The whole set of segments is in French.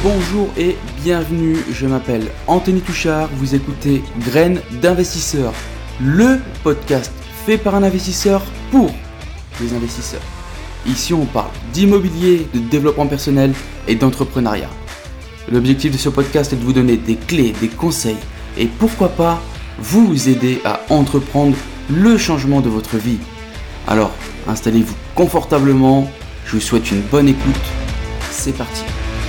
Bonjour et bienvenue, je m'appelle Anthony Touchard, vous écoutez Graines d'investisseurs, le podcast fait par un investisseur pour les investisseurs. Ici on parle d'immobilier, de développement personnel et d'entrepreneuriat. L'objectif de ce podcast est de vous donner des clés, des conseils et pourquoi pas vous aider à entreprendre le changement de votre vie. Alors installez-vous confortablement, je vous souhaite une bonne écoute, c'est parti.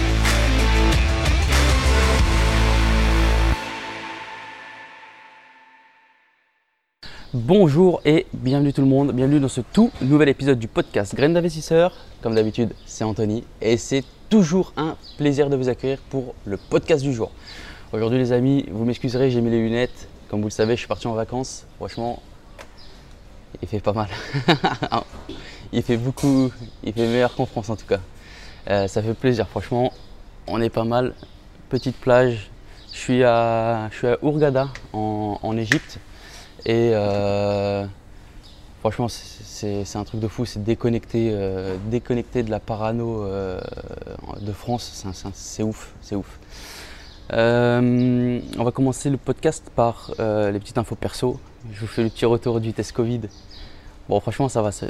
Bonjour et bienvenue tout le monde, bienvenue dans ce tout nouvel épisode du podcast Graines d'investisseurs. Comme d'habitude, c'est Anthony et c'est toujours un plaisir de vous accueillir pour le podcast du jour. Aujourd'hui les amis, vous m'excuserez, j'ai mis les lunettes. Comme vous le savez, je suis parti en vacances. Franchement, il fait pas mal. Il fait meilleur qu'en France en tout cas. Ça fait plaisir, franchement, on est pas mal. Petite plage, je suis à Hurghada en Égypte. Et franchement, c'est un truc de fou, c'est déconnecté de la parano de France, c'est ouf, c'est ouf. On va commencer le podcast par les petites infos perso. Je vous fais le petit retour du test Covid. Bon, franchement, ça va, ça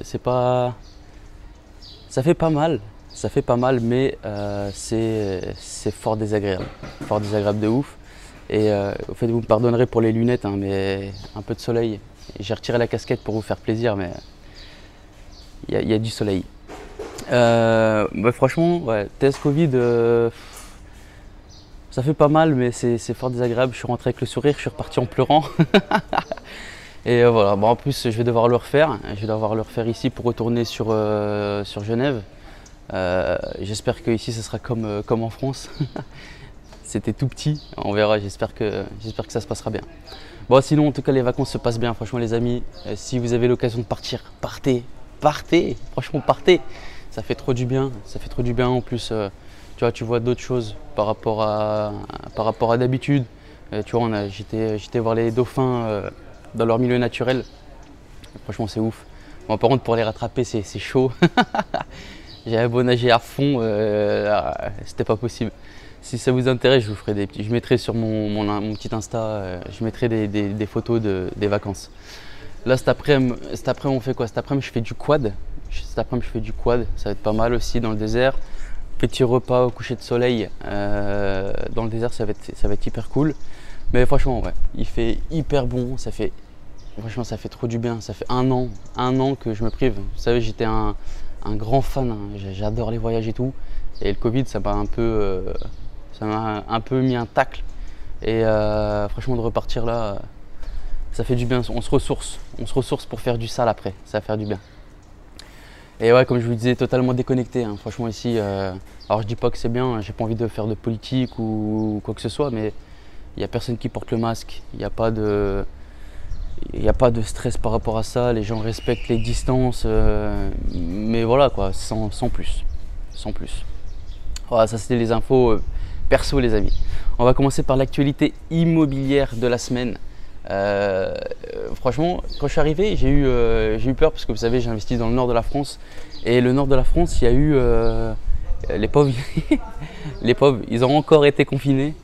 fait pas mal, mais c'est fort désagréable de ouf. Et au fait, vous me pardonnerez pour les lunettes, hein, mais un peu de soleil. J'ai retiré la casquette pour vous faire plaisir, mais il y a du soleil. Franchement, ouais, test Covid, ça fait pas mal, mais c'est fort désagréable. Je suis rentré avec le sourire, je suis reparti en pleurant. Et voilà, bon, en plus, je vais devoir le refaire. Je vais devoir le refaire ici pour retourner sur Genève. J'espère qu'ici, ce sera comme en France. C'était tout petit, on verra, j'espère que ça se passera bien. Bon, sinon en tout cas les vacances se passent bien, franchement les amis, si vous avez l'occasion de partir, partez, franchement partez, ça fait trop du bien en plus, tu vois d'autres choses par rapport à d'habitude. Tu vois, j'étais voir les dauphins dans leur milieu naturel, franchement c'est ouf. Bon, par contre pour les rattraper c'est chaud, j'avais beau nager à fond, c'était pas possible. Si ça vous intéresse, je mettrai sur mon petit Insta, je mettrai des photos des vacances. Là, cet après-midi, on fait quoi? Cet après-midi, je fais du quad. Ça va être pas mal aussi dans le désert. Petit repas au coucher de soleil dans le désert, ça va être hyper cool. Mais franchement, ouais, il fait hyper bon. Franchement, ça fait trop du bien. Ça fait un an que je me prive. Vous savez, j'étais un grand fan. Hein. J'adore les voyages et tout. Et le Covid, ça m'a un peu mis un tacle et franchement de repartir là, ça fait du bien, on se ressource pour faire du sale après, ça va faire du bien. Et ouais, comme je vous disais, totalement déconnecté, hein. Franchement ici, alors je dis pas que c'est bien, j'ai pas envie de faire de politique ou quoi que ce soit, mais il n'y a personne qui porte le masque, il n'y a pas de stress par rapport à ça, les gens respectent les distances, mais voilà quoi, sans plus. Voilà, ça c'était les infos perso les amis. On va commencer par l'actualité immobilière de la semaine. Franchement, quand je suis arrivé, j'ai eu peur parce que vous savez, j'ai investi dans le nord de la France. Et le nord de la France, il y a eu les pauvres, ils ont encore été confinés.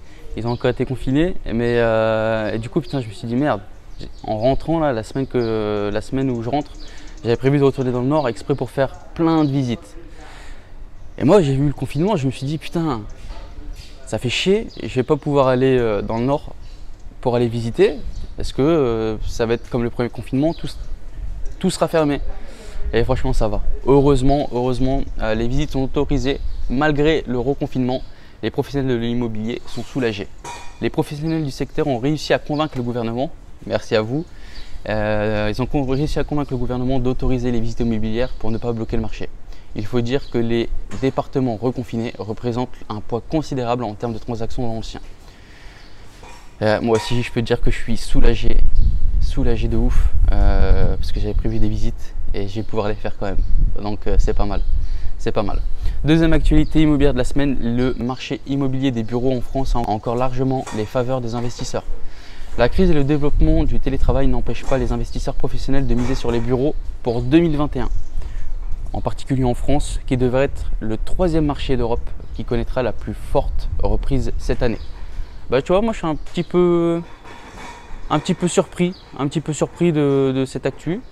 Mais du coup, putain, je me suis dit merde. En rentrant là, la semaine où je rentre, j'avais prévu de retourner dans le nord exprès pour faire plein de visites. Et moi, j'ai vu le confinement, je me suis dit putain, ça fait chier, je vais pas pouvoir aller dans le nord pour aller visiter parce que ça va être comme le premier confinement, tout sera fermé. Et franchement, ça va. Heureusement, les visites sont autorisées malgré le reconfinement. Les professionnels de l'immobilier sont soulagés. Les professionnels du secteur ont réussi à convaincre le gouvernement, merci à vous, ils ont réussi à convaincre le gouvernement d'autoriser les visites immobilières pour ne pas bloquer le marché. Il faut dire que les départements reconfinés représentent un poids considérable en termes de transactions dans l'ancien. Moi aussi, je peux dire que je suis soulagé de ouf, parce que j'avais prévu des visites et je vais pouvoir les faire quand même. Donc c'est pas mal. Deuxième actualité immobilière de la semaine, le marché immobilier des bureaux en France a encore largement les faveurs des investisseurs. La crise et le développement du télétravail n'empêchent pas les investisseurs professionnels de miser sur les bureaux pour 2021. en particulier en France, qui devrait être le 3e marché d'Europe qui connaîtra la plus forte reprise cette année. Bah, tu vois, moi je suis un petit peu surpris de cette actu.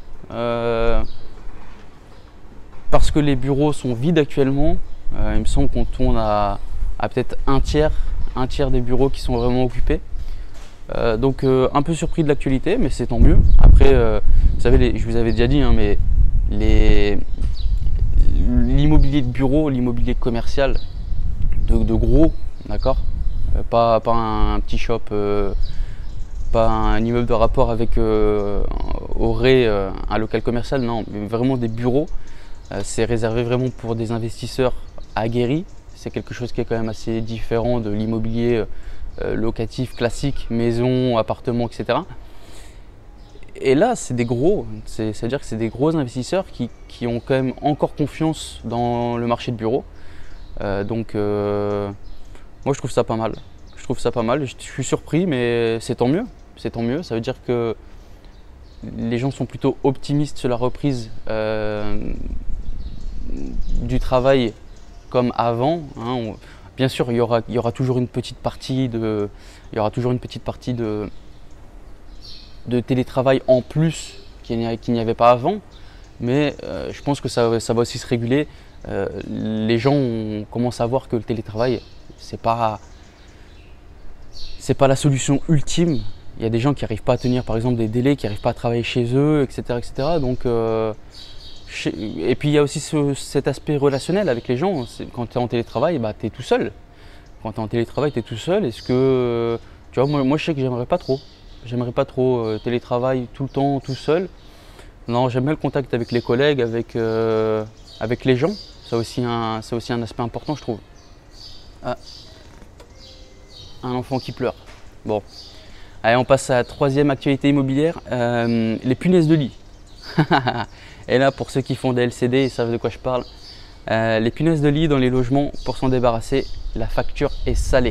Parce que les bureaux sont vides actuellement. Il me semble qu'on tourne à peut-être un tiers des bureaux qui sont vraiment occupés. Donc un peu surpris de l'actualité, mais c'est tant mieux. Après, vous savez, je vous avais déjà dit, hein, mais l'immobilier de bureau, l'immobilier commercial de gros, d'accord, pas un petit shop, pas un immeuble de rapport avec un local commercial, non, mais vraiment des bureaux. C'est réservé vraiment pour des investisseurs aguerris. C'est quelque chose qui est quand même assez différent de l'immobilier locatif classique, maison, appartement, etc. Et là, c'est des gros, c'est-à-dire que c'est des gros investisseurs qui ont quand même encore confiance dans le marché de bureau. Donc, moi, je trouve ça pas mal. Je suis surpris, mais c'est tant mieux. C'est tant mieux. Ça veut dire que les gens sont plutôt optimistes sur la reprise du travail comme avant, hein. Bien sûr, il y aura toujours une petite partie de télétravail en plus qu'il n'y avait pas avant, mais je pense que ça va aussi se réguler. Les gens commencent à voir que le télétravail, c'est pas la solution ultime. Il y a des gens qui n'arrivent pas à tenir par exemple des délais, qui n'arrivent pas à travailler chez eux, etc. etc. Donc, et puis il y a aussi cet aspect relationnel avec les gens. Quand tu es en télétravail, bah, tu es tout seul. Quand tu es en télétravail, tu es tout seul. Est-ce que, tu vois, moi je sais que j'aimerais pas trop. J'aimerais pas trop télétravail tout le temps, tout seul. Non, j'aime bien le contact avec les collègues, avec les gens. C'est aussi un aspect important, je trouve. Ah. Un enfant qui pleure. Bon. Allez, on passe à la 3e actualité immobilière, les punaises de lit. Et là, pour ceux qui font des LCD, ils savent de quoi je parle. Les punaises de lit dans les logements, pour s'en débarrasser, la facture est salée.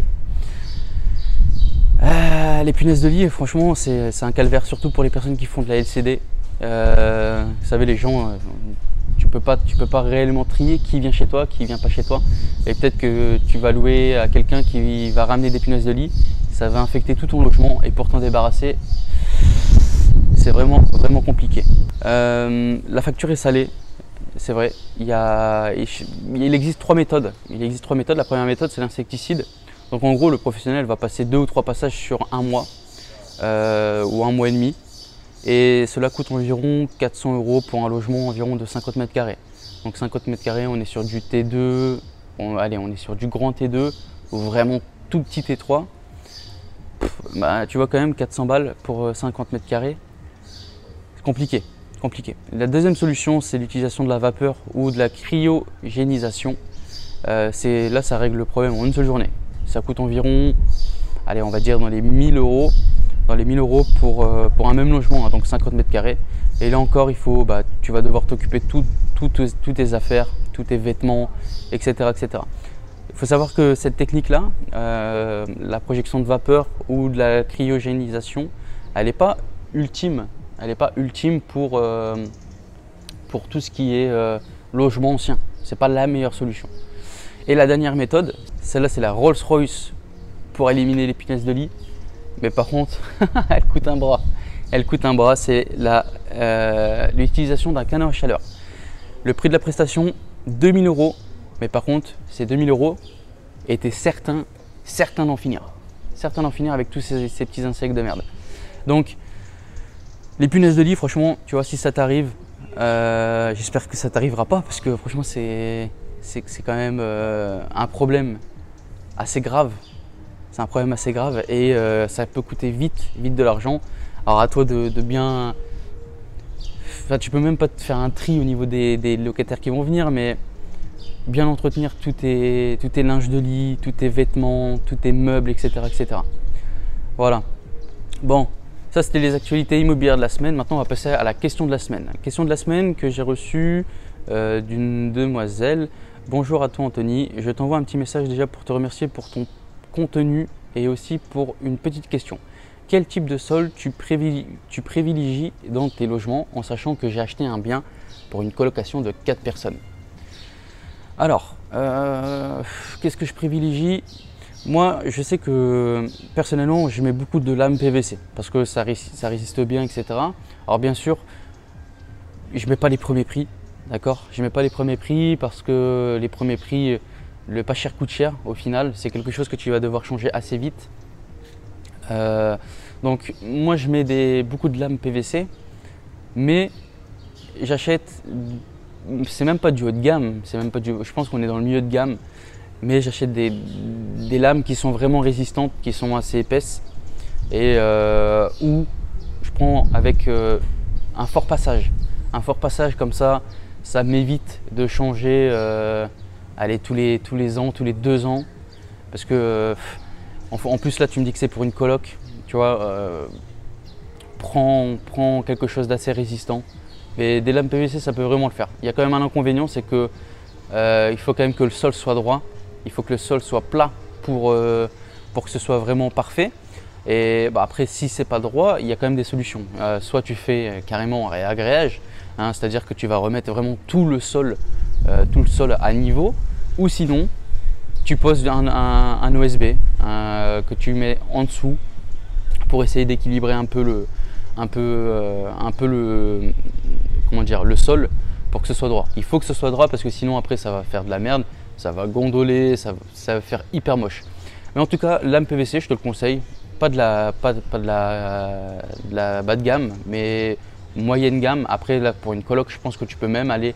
Les punaises de lit, franchement, c'est un calvaire, surtout pour les personnes qui font de la LCD. Vous savez, les gens, tu peux pas réellement trier qui vient chez toi, qui vient pas chez toi. Et peut-être que tu vas louer à quelqu'un qui va ramener des punaises de lit. Ça va infecter tout ton logement et pour t'en débarrasser, c'est vraiment compliqué. La facture est salée, c'est vrai. Il existe 3 méthodes. La première méthode, c'est l'insecticide. Donc en gros, le professionnel va passer 2 ou 3 passages sur un mois ou un mois et demi. Et cela coûte environ 400 € pour un logement environ de 50 mètres carrés. Donc 50 mètres carrés, on est sur du T2, on est sur du grand T2 ou vraiment tout petit T3. Bah, tu vois quand même 400 balles pour 50 mètres carrés, c'est compliqué. La deuxième solution, c'est l'utilisation de la vapeur ou de la cryogénisation. Là, ça règle le problème en une seule journée. Ça coûte environ, allez, on va dire dans les 1000 €. Dans les 1000 € pour un même logement, hein, donc 50 mètres carrés. Et là encore, tu vas devoir t'occuper de toutes tes affaires, tous tes vêtements, etc. etc. Il faut savoir que cette technique-là, la projection de vapeur ou de la cryogénisation, elle n'est pas ultime. Elle n'est pas ultime pour tout ce qui est logement ancien. Ce n'est pas la meilleure solution. Et la dernière méthode, celle-là, c'est la Rolls-Royce pour éliminer les punaises de lit. Mais par contre, elle coûte un bras. C'est l'utilisation d'un canon à chaleur. Le prix de la prestation, 2000 €. Mais par contre, ces 2000 € étaient certains d'en finir. Certains d'en finir avec tous ces petits insectes de merde. Donc, les punaises de lit, franchement, tu vois, si ça t'arrive, j'espère que ça t'arrivera pas parce que franchement, c'est quand même un problème assez grave. C'est un problème assez grave et ça peut coûter vite de l'argent. Alors à toi de bien... Enfin, tu peux même pas te faire un tri au niveau des locataires qui vont venir, mais bien entretenir tous tes linges de lit, tous tes vêtements, tous tes meubles, etc. etc. Voilà. Bon, ça c'était les actualités immobilières de la semaine. Maintenant, on va passer à la question de la semaine. La question de la semaine que j'ai reçue d'une demoiselle. Bonjour à toi Anthony, je t'envoie un petit message déjà pour te remercier pour ton contenu et aussi pour une petite question. Quel type de sol tu privilégies dans tes logements en sachant que j'ai acheté un bien pour une colocation de 4 personnes. Alors, qu'est-ce que je privilégie? Moi, je sais que personnellement, je mets beaucoup de lames PVC parce que ça résiste bien, etc. Alors bien sûr, je ne mets pas les premiers prix, d'accord? Je ne mets pas les premiers prix parce que les premiers prix, le pas cher coûte cher au final. C'est quelque chose que tu vas devoir changer assez vite. Donc moi, je mets beaucoup de lames PVC, mais j'achète, c'est même pas du haut de gamme, je pense qu'on est dans le milieu de gamme. Mais j'achète des lames qui sont vraiment résistantes, qui sont assez épaisses et où je prends avec un fort passage. Un fort passage comme ça m'évite de changer allez, tous les ans, tous les 2 ans. Parce que en plus là tu me dis que c'est pour une coloc, tu vois, prends quelque chose d'assez résistant. Mais des lames PVC ça peut vraiment le faire. Il y a quand même un inconvénient, c'est que il faut quand même que le sol soit droit. Il faut que le sol soit plat pour que ce soit vraiment parfait. Et bah, après, si c'est pas droit, il y a quand même des solutions. Soit tu fais carrément un réagréage, hein, c'est-à-dire que tu vas remettre vraiment tout le sol à niveau. Ou sinon, tu poses un OSB que tu mets en dessous pour essayer d'équilibrer un peu le sol pour que ce soit droit. Il faut que ce soit droit parce que sinon après ça va faire de la merde. Ça va gondoler, ça va faire hyper moche. Mais en tout cas, lame PVC, je te le conseille. Pas de la bas de gamme, mais moyenne gamme. Après, là, pour une coloc, je pense que tu peux même aller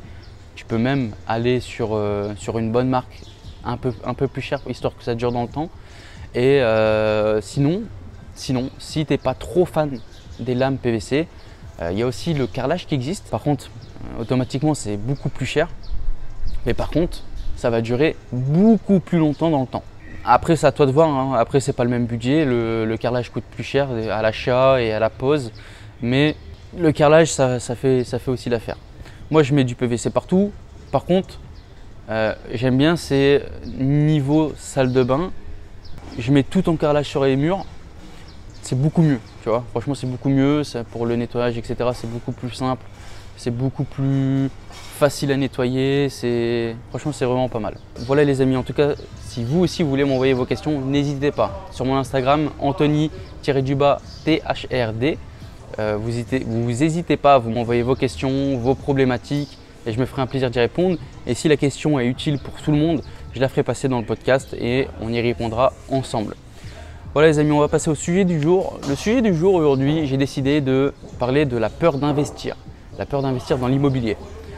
sur une bonne marque un peu plus chère, histoire que ça dure dans le temps. Et sinon, si tu n'es pas trop fan des lames PVC, il y a aussi le carrelage qui existe. Par contre, automatiquement, c'est beaucoup plus cher. Mais par contre, ça va durer beaucoup plus longtemps dans le temps. Après, c'est à toi de voir, hein. Après, c'est pas le même budget. Le carrelage coûte plus cher à l'achat et à la pose. Mais le carrelage, ça fait aussi l'affaire. Moi, je mets du PVC partout. Par contre, j'aime bien, c'est niveau salle de bain. Je mets tout en carrelage sur les murs. C'est beaucoup mieux, tu vois. Franchement, c'est beaucoup mieux. Pour le nettoyage, etc., c'est beaucoup plus simple. C'est beaucoup plus facile à nettoyer, franchement c'est vraiment pas mal. Voilà les amis, en tout cas si vous aussi vous voulez m'envoyer vos questions, n'hésitez pas. Sur mon Instagram, Anthony-THRD, vous n'hésitez pas à vous m'envoyer vos questions, vos problématiques et je me ferai un plaisir d'y répondre. Et si la question est utile pour tout le monde, je la ferai passer dans le podcast et on y répondra ensemble. Voilà les amis, on va passer au sujet du jour. Le sujet du jour aujourd'hui, j'ai décidé de parler de la peur d'investir. La peur d'investir dans l'immobilier.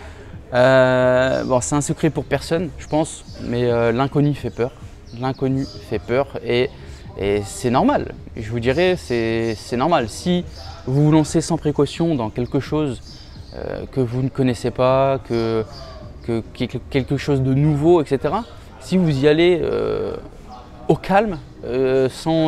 Bon, c'est un secret pour personne, je pense, mais l'inconnu fait peur. L'inconnu fait peur et c'est normal. Je vous dirais, c'est normal. Si vous vous lancez sans précaution dans quelque chose que vous ne connaissez pas, quelque chose de nouveau, etc. Si vous y allez au calme, sans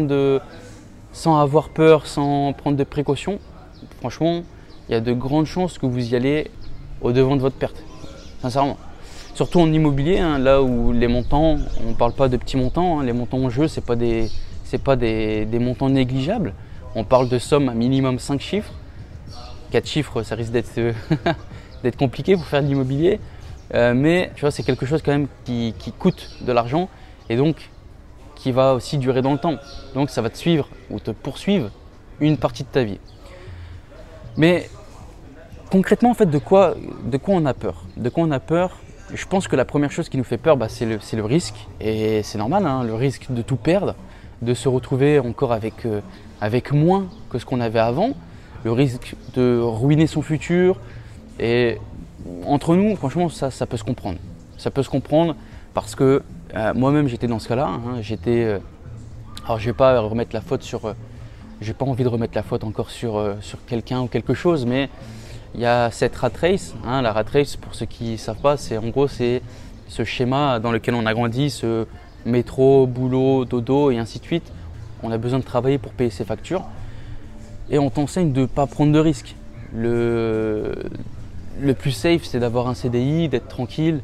avoir peur, sans prendre de précautions, franchement, il y a de grandes chances que vous y allez au devant de votre perte, sincèrement. Surtout en immobilier, hein, là où les montants, on ne parle pas de petits montants, hein, les montants en jeu, ce n'est pas des montants négligeables. On parle de sommes à minimum 5 chiffres. 4 chiffres, ça risque d'être compliqué pour faire de l'immobilier. Mais tu vois, c'est quelque chose quand même qui coûte de l'argent et donc qui va aussi durer dans le temps. Donc ça va te suivre ou te poursuivre une partie de ta vie. Mais concrètement, en fait, de quoi on a peur? De quoi on a peur? Je pense que la première chose qui nous fait peur, c'est le risque. Et c'est normal, hein, le risque de tout perdre, de se retrouver encore avec moins que ce qu'on avait avant, le risque de ruiner son futur. Et entre nous, franchement, ça peut se comprendre. Ça peut se comprendre parce que moi-même, j'étais dans ce cas-là. Hein, alors, je vais pas remettre la faute sur... j'ai pas envie de remettre la faute encore sur quelqu'un ou quelque chose, mais il y a cette rat race. Hein, la rat race, pour ceux qui ne savent pas, c'est ce schéma dans lequel on a grandi, ce métro, boulot, dodo et ainsi de suite. On a besoin de travailler pour payer ses factures et on t'enseigne de ne pas prendre de risques. Le plus safe, c'est d'avoir un CDI, d'être tranquille,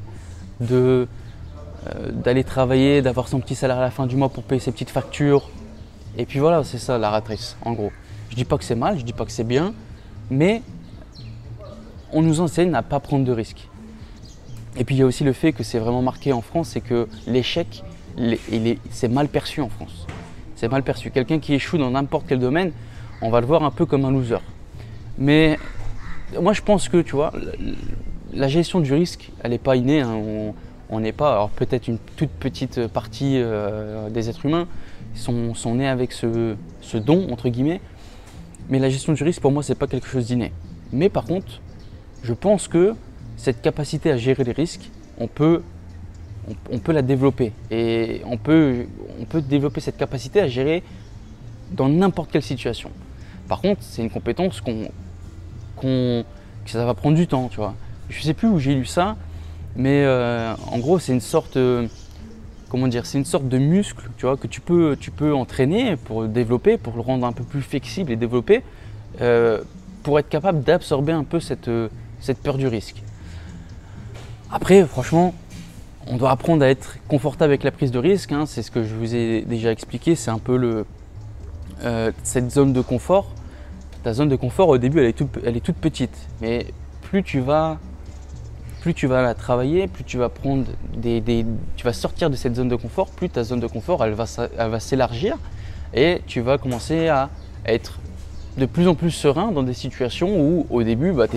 d'aller travailler, d'avoir son petit salaire à la fin du mois pour payer ses petites factures. Et puis voilà, c'est ça la rat race, en gros. Je dis pas que c'est mal, je dis pas que c'est bien, mais on nous enseigne à ne pas prendre de risques. Et puis il y a aussi le fait que c'est vraiment marqué en France, c'est que l'échec, c'est mal perçu en France. C'est mal perçu. Quelqu'un qui échoue dans n'importe quel domaine, on va le voir un peu comme un loser. Mais moi je pense que, tu vois, la gestion du risque, elle n'est pas innée. Hein. On n'est pas, alors peut-être une toute petite partie des êtres humains sont nés avec ce don, entre guillemets. Mais la gestion du risque, pour moi, c'est pas quelque chose d'inné. Mais par contre, je pense que cette capacité à gérer les risques, on peut la développer. Et on peut développer cette capacité à gérer dans n'importe quelle situation. Par contre, c'est une compétence que ça va prendre du temps, tu vois. Je sais plus où j'ai lu ça, mais en gros, c'est une sorte, c'est une sorte de muscle, tu vois, que tu peux entraîner pour le développer, pour le rendre un peu plus flexible et développer, pour être capable d'absorber un peu cette peur du risque. Après, franchement, on doit apprendre à être confortable avec la prise de risque, hein, c'est ce que je vous ai déjà expliqué, c'est un peu cette zone de confort. Ta zone de confort, au début, elle est toute petite, mais plus tu vas la travailler, plus tu vas prendre tu vas sortir de cette zone de confort, plus ta zone de confort, elle va s'élargir et tu vas commencer à être de plus en plus serein dans des situations où, au début, tu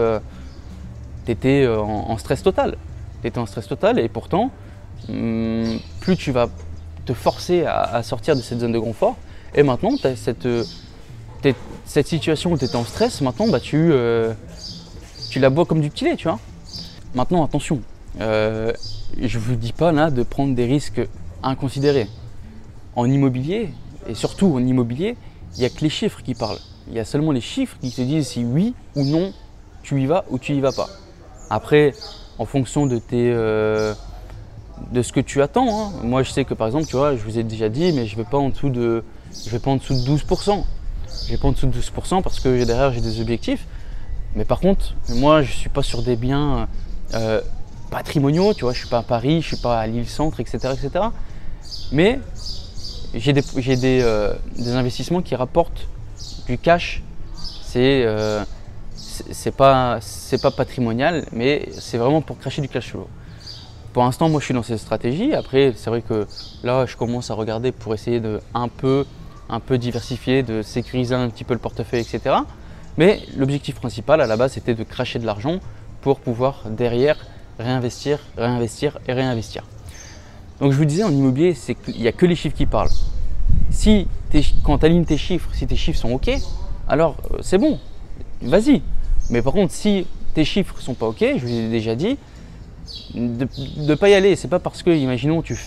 étais en stress total. Tu étais en stress total et pourtant, plus tu vas te forcer à sortir de cette zone de confort. Et maintenant, tu as cette situation où tu étais en stress, maintenant, tu la bois comme du petit lait, tu vois. Maintenant, attention, je ne vous dis pas là de prendre des risques inconsidérés. En immobilier, et surtout en immobilier, il n'y a que les chiffres qui parlent. Il y a seulement les chiffres qui te disent si oui ou non, tu y vas ou tu y vas pas. Après, en fonction de ce que tu attends, hein. Moi je sais que par exemple, tu vois, je vous ai déjà dit, mais je ne vais pas en dessous de 12%. Je vais pas en dessous de 12% parce que derrière j'ai des objectifs. Mais par contre, moi je ne suis pas sur des biens patrimoniaux, tu vois, je ne suis pas à Paris, je ne suis pas à Lille-Centre, etc., etc. Mais j'ai des investissements qui rapportent du cash. C'est pas patrimonial, mais c'est vraiment pour cracher du cash flow. Pour l'instant, moi je suis dans cette stratégie. Après, c'est vrai que là, je commence à regarder pour essayer de un peu diversifier, de sécuriser un petit peu le portefeuille, etc. Mais l'objectif principal à la base, c'était de cracher de l'argent pour pouvoir derrière réinvestir, réinvestir et réinvestir. Donc je vous disais, en immobilier, il n'y a que les chiffres qui parlent. Quand tu alignes tes chiffres, si tes chiffres sont OK, alors c'est bon, vas-y. Mais par contre, si tes chiffres ne sont pas OK, je vous l'ai déjà dit, de ne pas y aller. C'est pas parce que, imaginons, tu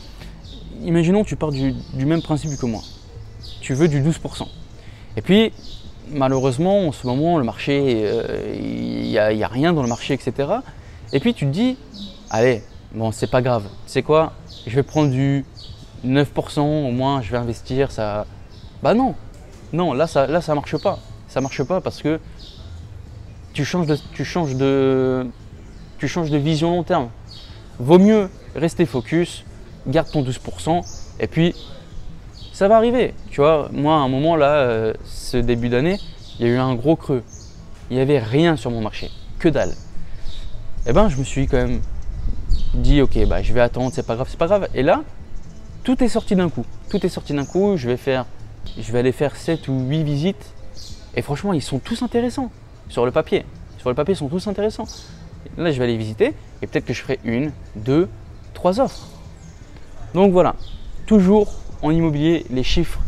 pars du même principe que moi. Tu veux du 12%. Et puis, malheureusement, en ce moment, le marché, il n'y a rien dans le marché, etc. Et puis, tu te dis, allez, bon, c'est pas grave. Tu sais quoi, je vais prendre du 9%, au moins, je vais investir. Ça... Bah non, là, ça marche pas. Ça marche pas parce que tu changes de vision long terme. Vaut mieux rester focus, garde ton 12% et puis ça va arriver. Tu vois, moi à un moment là, ce début d'année, il y a eu un gros creux. Il n'y avait rien sur mon marché, que dalle. Et ben je me suis quand même dit ok, bah je vais attendre, c'est pas grave. Et là, tout est sorti d'un coup. Je vais aller faire 7 ou 8 visites et franchement, ils sont tous intéressants sur le papier. Ils sont tous intéressants. Là, je vais aller visiter et peut-être que je ferai 1, 2, 3 offres. Donc voilà, toujours en immobilier, les chiffres.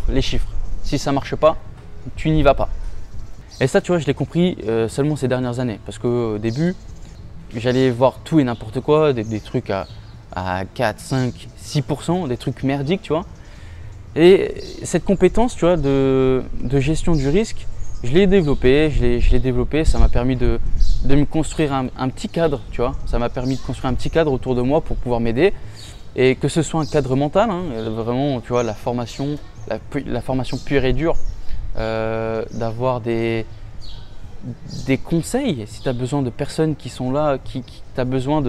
Si ça ne marche pas, tu n'y vas pas. Et ça, tu vois, je l'ai compris seulement ces dernières années. Parce qu'au début, j'allais voir tout et n'importe quoi, des trucs à 4, 5, 6%, des trucs merdiques, tu vois. Et cette compétence, tu vois, de gestion du risque, je l'ai développé, ça m'a permis de me construire un petit cadre, tu vois. Ça m'a permis de construire un petit cadre autour de moi pour pouvoir m'aider. Et que ce soit un cadre mental, hein, vraiment, tu vois, la formation pure et dure, d'avoir des conseils. Si tu as besoin de personnes qui sont là, tu as besoin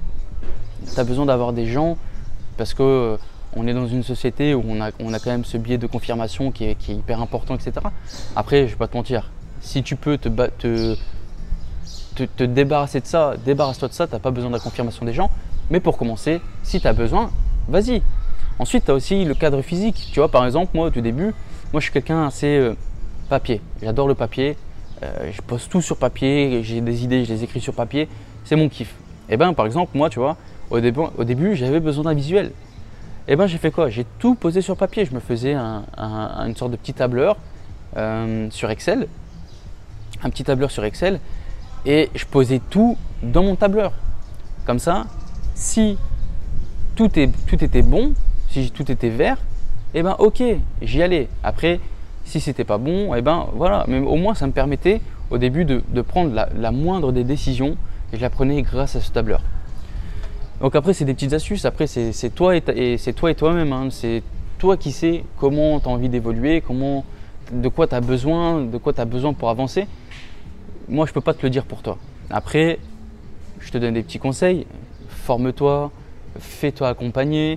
d'avoir des gens, parce que on est dans une société où on a quand même ce biais de confirmation qui est hyper important, etc. Après, je ne vais pas te mentir, si tu peux te te débarrasser de ça, débarrasse-toi de ça, tu n'as pas besoin de la confirmation des gens. Mais pour commencer, si tu as besoin, vas-y. Ensuite, tu as aussi le cadre physique. Tu vois, par exemple, moi, au tout début, moi, je suis quelqu'un assez papier. J'adore le papier. Je pose tout sur papier. J'ai des idées, je les écris sur papier. C'est mon kiff. Et ben, par exemple, moi, tu vois, au début, j'avais besoin d'un visuel. Et ben, j'ai fait quoi? J'ai tout posé sur papier. Je me faisais une sorte de petit tableur sur Excel. Un petit tableur sur Excel. Et je posais tout dans mon tableur. Comme ça, si tout était bon, si tout était vert, et ben ok, j'y allais. Après, si c'était pas bon, et ben voilà. Mais au moins, ça me permettait au début de prendre la moindre des décisions et je la prenais grâce à ce tableur. Donc après, c'est des petites astuces. Après, c'est toi et toi-même. Hein. C'est toi qui sais comment tu as envie d'évoluer, de quoi tu as besoin pour avancer. Moi, je ne peux pas te le dire pour toi. Après, je te donne des petits conseils. Forme-toi, fais-toi accompagner,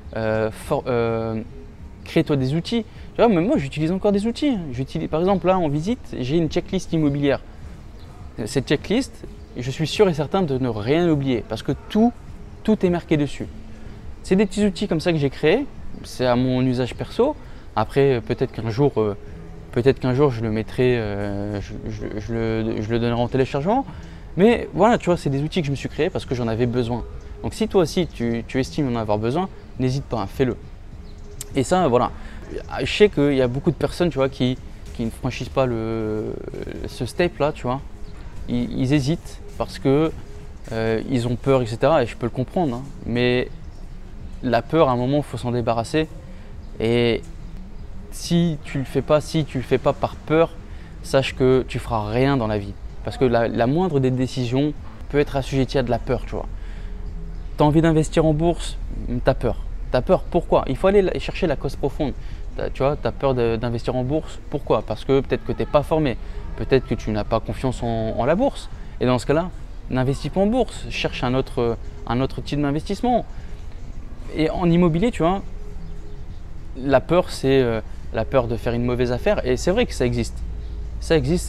crée-toi des outils. Tu vois, même moi, j'utilise encore des outils. Par exemple, là, en visite, j'ai une checklist immobilière. Cette checklist, je suis sûr et certain de ne rien oublier parce que tout est marqué dessus. C'est des petits outils comme ça que j'ai créés. C'est à mon usage perso. Après, peut-être qu'un jour, je le mettrai, je le donnerai en téléchargement. Mais voilà, tu vois, c'est des outils que je me suis créés parce que j'en avais besoin. Donc si toi aussi, tu estimes en avoir besoin, n'hésite pas, hein, fais-le. Et ça, voilà. Je sais qu'il y a beaucoup de personnes, tu vois, qui ne franchissent pas ce step-là, tu vois. Ils hésitent parce que ils ont peur, etc. Et je peux le comprendre. Hein. Mais la peur, à un moment, il faut s'en débarrasser. Et si tu le fais pas par peur, sache que tu feras rien dans la vie. Parce que la moindre des décisions peut être assujettie à de la peur, tu vois. Tu as envie d'investir en bourse, tu as peur. Tu as peur, pourquoi? Il faut aller chercher la cause profonde. Tu vois, tu as peur d'investir en bourse, pourquoi? Parce que peut-être que tu n'es pas formé, peut-être que tu n'as pas confiance en la bourse. Et dans ce cas-là, n'investis pas en bourse, cherche un autre type d'investissement. Et en immobilier, tu vois, la peur, c'est la peur de faire une mauvaise affaire. Et c'est vrai que ça existe. Ça existe.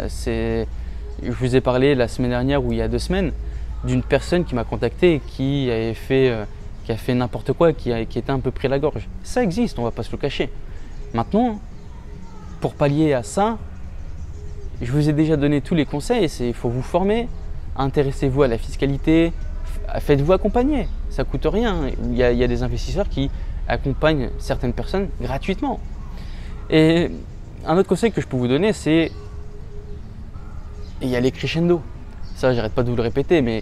Je vous ai parlé la semaine dernière ou il y a 2 semaines d'une personne qui m'a contacté et qui a fait n'importe quoi, qui était un peu pris à la gorge. Ça existe, on ne va pas se le cacher. Maintenant, pour pallier à ça, je vous ai déjà donné tous les conseils. Il faut vous former, intéressez-vous à la fiscalité, faites-vous accompagner. Ça ne coûte rien. Il y a des investisseurs qui accompagnent certaines personnes gratuitement. Et un autre conseil que je peux vous donner, c'est y aller crescendo. Ça, j'arrête pas de vous le répéter, mais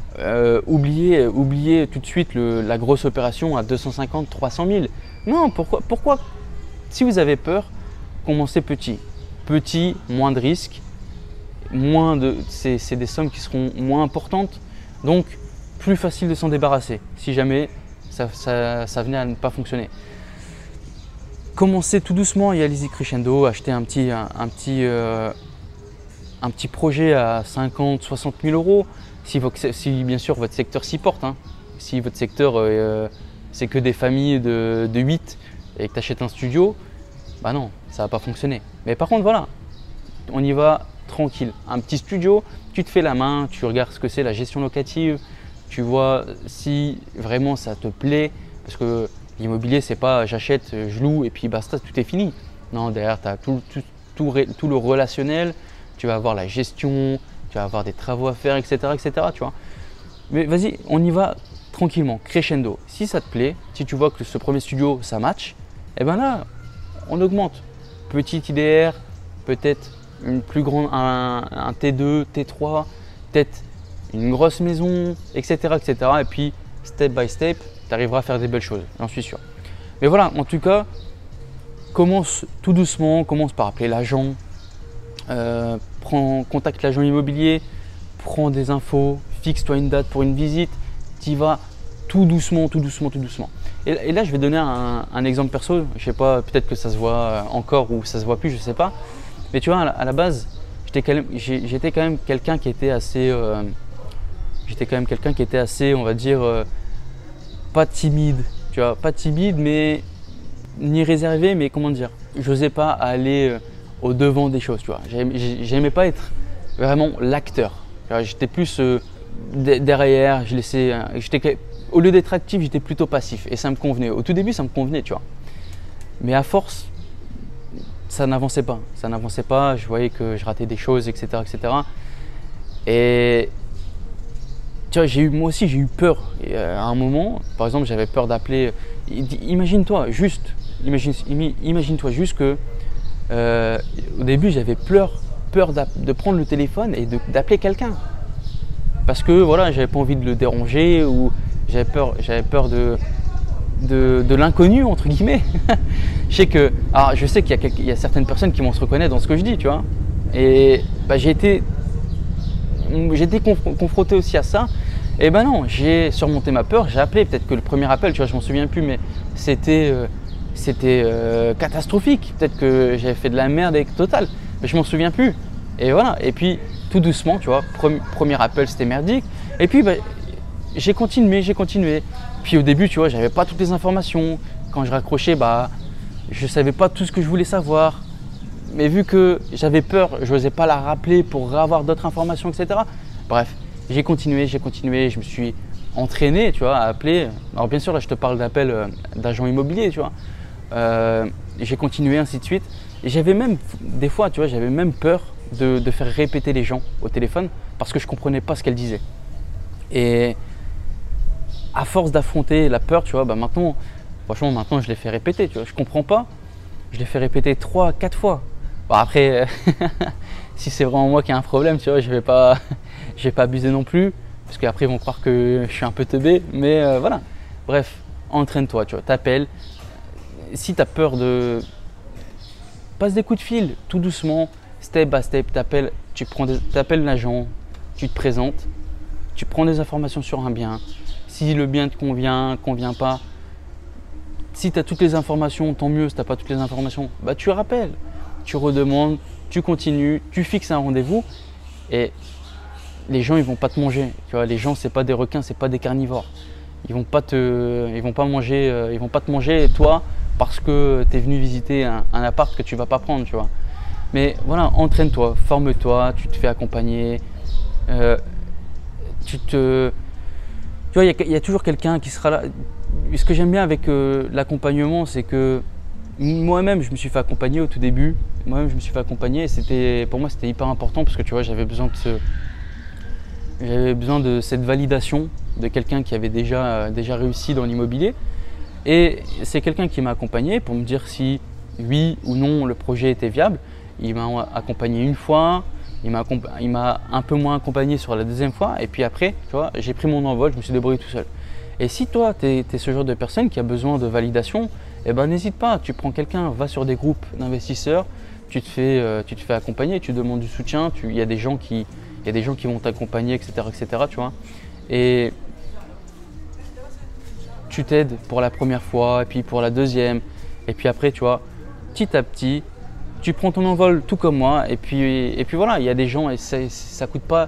oubliez tout de suite la grosse opération à 250, 300 000. Non, pourquoi? Si vous avez peur, commencez petit. Petit, moins de risques, c'est des sommes qui seront moins importantes, donc plus facile de s'en débarrasser si jamais ça venait à ne pas fonctionner. Commencez tout doucement et allez-y crescendo, achetez un petit projet à 50, 60 000 euros, si bien sûr votre secteur s'y porte. Hein. Si votre secteur c'est que des familles de 8 et que tu achètes un studio, bah non, ça va pas fonctionner. Mais par contre, voilà, on y va tranquille. Un petit studio, tu te fais la main, tu regardes ce que c'est la gestion locative, tu vois si vraiment ça te plaît, parce que l'immobilier, c'est pas j'achète, je loue et puis basta, tout est fini. Non, derrière, tu as tout le relationnel, tu vas avoir la gestion, tu vas avoir des travaux à faire, etc. tu vois. Mais vas-y, on y va tranquillement, crescendo. Si ça te plaît, si tu vois que ce premier studio, ça match, et bien là, on augmente. Petit IDR, peut-être une plus grande, un T2, T3, peut-être une grosse maison, etc. Et puis, step by step, tu arriveras à faire des belles choses, j'en suis sûr. Mais voilà, en tout cas, commence tout doucement, commence par appeler l'agent, contacte l'agent immobilier, prends des infos, fixe-toi une date pour une visite, tu y vas tout doucement. Et là, je vais donner un exemple perso, je sais pas, peut-être que ça se voit encore ou ça se voit plus, je sais pas. Mais tu vois, à la base, j'étais quand même quelqu'un qui était assez, on va dire, pas timide, tu vois, pas timide, mais ni réservé, mais comment dire, j'osais pas aller au devant des choses, tu vois. J'aimais pas être vraiment l'acteur. J'étais plus derrière, au lieu d'être actif, j'étais plutôt passif et ça me convenait. Au tout début, ça me convenait, tu vois. Mais à force, ça n'avançait pas. Ça n'avançait pas, je voyais que je ratais des choses, etc. etc. Et tu vois, moi aussi, j'ai eu peur. Et à un moment, par exemple, j'avais peur d'appeler. Imagine-toi juste que au début, j'avais peur de prendre le téléphone et d'appeler quelqu'un. Parce que voilà, j'avais pas envie de le déranger ou j'avais peur de l'inconnu, entre guillemets. Je sais qu'il y a certaines personnes qui vont se reconnaître dans ce que je dis, tu vois. Et bah, j'ai été confronté aussi à ça. Et ben non, j'ai surmonté ma peur, j'ai appelé. Peut-être que le premier appel, tu vois, je m'en souviens plus, mais c'était catastrophique. Peut-être que j'avais fait de la merde avec Total, mais je m'en souviens plus. Et voilà. Et puis tout doucement, tu vois, premier appel, c'était merdique. Et puis bah, j'ai continué. Puis au début, tu vois, j'avais pas toutes les informations. Quand je raccrochais, bah, je savais pas tout ce que je voulais savoir. Mais vu que j'avais peur, je n'osais pas la rappeler pour avoir d'autres informations, etc. Bref, j'ai continué, je me suis entraîné, tu vois, à appeler. Alors bien sûr, là, je te parle d'appels d'agents immobiliers, tu vois. J'ai continué, ainsi de suite. Et j'avais même, des fois, tu vois, j'avais même peur de faire répéter les gens au téléphone parce que je ne comprenais pas ce qu'elles disaient. Et à force d'affronter la peur, tu vois, bah maintenant, franchement, maintenant, je les fais répéter, tu vois. Je ne comprends pas, je les fais répéter 3, 4 fois. Bon, après, si c'est vraiment moi qui ai un problème, tu vois, je vais pas abuser non plus, parce qu'après ils vont croire que je suis un peu teubé, mais voilà. Bref, entraîne-toi, tu vois, t'appelles. Si tu as peur passe des coups de fil, tout doucement, step by step, t'appelles l'agent, tu te présentes, tu prends des informations sur un bien. Si le bien te convient pas, si tu as toutes les informations, tant mieux. Si tu n'as pas toutes les informations, bah tu rappelles. Tu redemandes, tu continues, tu fixes un rendez-vous et les gens ils vont pas te manger. Tu vois, les gens c'est pas des requins, c'est pas des carnivores. Ils vont pas te manger toi parce que tu es venu visiter un appart que tu vas pas prendre, tu vois. Mais voilà, entraîne-toi, forme-toi, tu te fais accompagner. Tu vois, il y a toujours quelqu'un qui sera là. Ce que j'aime bien avec l'accompagnement, c'est que moi-même, je me suis fait accompagner au tout début. Moi-même, je me suis fait accompagner et pour moi, c'était hyper important parce que tu vois, j'avais besoin de cette validation de quelqu'un qui avait déjà réussi dans l'immobilier. Et c'est quelqu'un qui m'a accompagné pour me dire si oui ou non le projet était viable. Il m'a accompagné une fois, il m'a un peu moins accompagné sur la deuxième fois. Et puis après, tu vois, j'ai pris mon envol, je me suis débrouillé tout seul. Et si toi, tu es ce genre de personne qui a besoin de validation, eh ben, n'hésite pas, tu prends quelqu'un, va sur des groupes d'investisseurs, tu te fais accompagner, tu demandes du soutien, il y a des gens qui vont t'accompagner, etc., tu vois. Et tu t'aides pour la première fois, et puis pour la deuxième, et puis après, tu vois, petit à petit, tu prends ton envol tout comme moi, et puis voilà, il y a des gens, et ça coûte pas,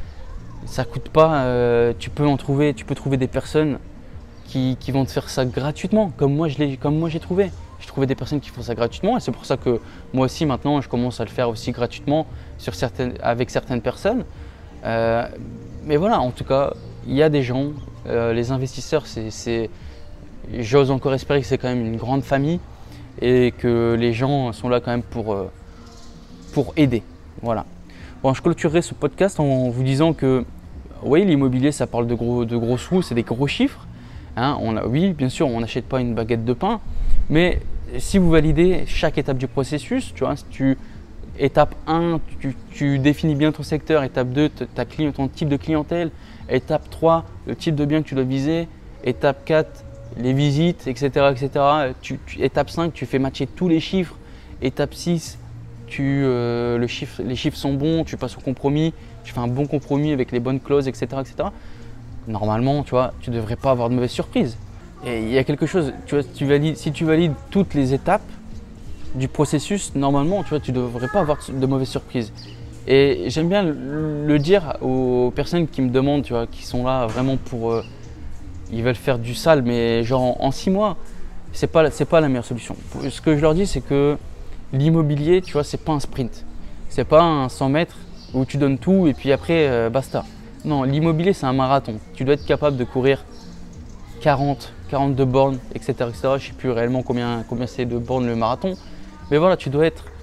tu peux trouver des personnes qui vont te faire ça gratuitement, comme moi j'ai trouvé. J'ai trouvé des personnes qui font ça gratuitement et c'est pour ça que moi aussi maintenant je commence à le faire aussi gratuitement avec certaines personnes. Mais voilà, en tout cas, il y a des gens, les investisseurs, j'ose encore espérer que c'est quand même une grande famille et que les gens sont là quand même pour aider. Voilà. Bon, je clôturerai ce podcast en vous disant que oui, l'immobilier, ça parle de gros sous, c'est des gros chiffres. Hein, oui, bien sûr, on n'achète pas une baguette de pain, mais si vous validez chaque étape du processus, tu vois, étape 1, tu définis bien ton secteur, étape 2, ton type de clientèle, étape 3, le type de bien que tu dois viser, étape 4, les visites, etc. Étape 5, tu fais matcher tous les chiffres, étape 6, les chiffres sont bons, tu passes au compromis, tu fais un bon compromis avec les bonnes clauses, etc. Normalement, tu vois, tu ne devrais pas avoir de mauvaises surprises. Et il y a quelque chose, tu vois, si tu valides toutes les étapes du processus, normalement, tu vois, tu ne devrais pas avoir de mauvaises surprises. Et j'aime bien le dire aux personnes qui me demandent, tu vois, qui sont là vraiment ils veulent faire du sale, mais genre en 6 mois, c'est pas la meilleure solution. Ce que je leur dis, c'est que l'immobilier, tu vois, c'est pas un sprint. C'est pas un 100 mètres où tu donnes tout et puis après, basta. Non, l'immobilier, c'est un marathon. Tu dois être capable de courir 40, 42 bornes, etc. etc. Je ne sais plus réellement combien c'est de bornes le marathon. Mais voilà, tu dois être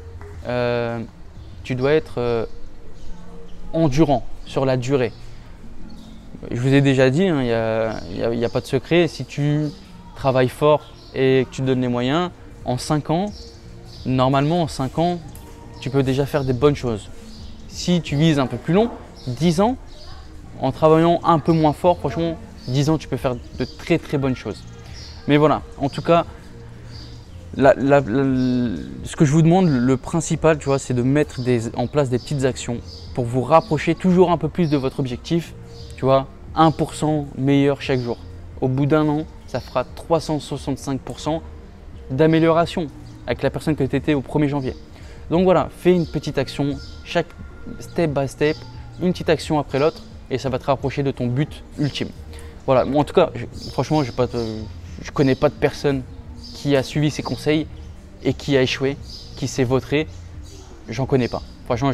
endurant sur la durée. Je vous ai déjà dit, il n'y a pas de secret. Si tu travailles fort et que tu te donnes les moyens, en 5 ans, normalement en 5 ans, tu peux déjà faire des bonnes choses. Si tu vises un peu plus long, 10 ans, en travaillant un peu moins fort, franchement, 10 ans, tu peux faire de très très bonnes choses. Mais voilà, en tout cas, ce que je vous demande, le principal, tu vois, c'est de mettre en place des petites actions pour vous rapprocher toujours un peu plus de votre objectif. Tu vois, 1% meilleur chaque jour. Au bout d'un an, ça fera 365% d'amélioration avec la personne que tu étais au 1er janvier. Donc voilà, fais une petite action, chaque step by step, une petite action après l'autre et ça va te rapprocher de ton but ultime. Voilà, en tout cas, franchement, je ne connais pas de personne qui a suivi ces conseils et qui a échoué, qui s'est vautré. J'en connais pas. Franchement,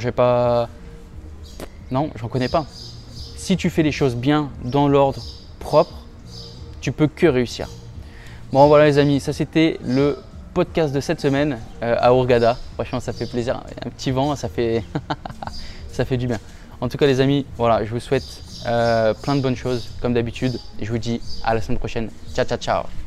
non, j'en connais pas. Si tu fais les choses bien, dans l'ordre, propre, tu peux que réussir. Bon voilà les amis, ça c'était le podcast de cette semaine à Hurghada. Franchement, ça fait plaisir. Un petit vent, ça fait ça fait du bien. En tout cas les amis, voilà, je vous souhaite plein de bonnes choses comme d'habitude et je vous dis à la semaine prochaine. Ciao ciao ciao.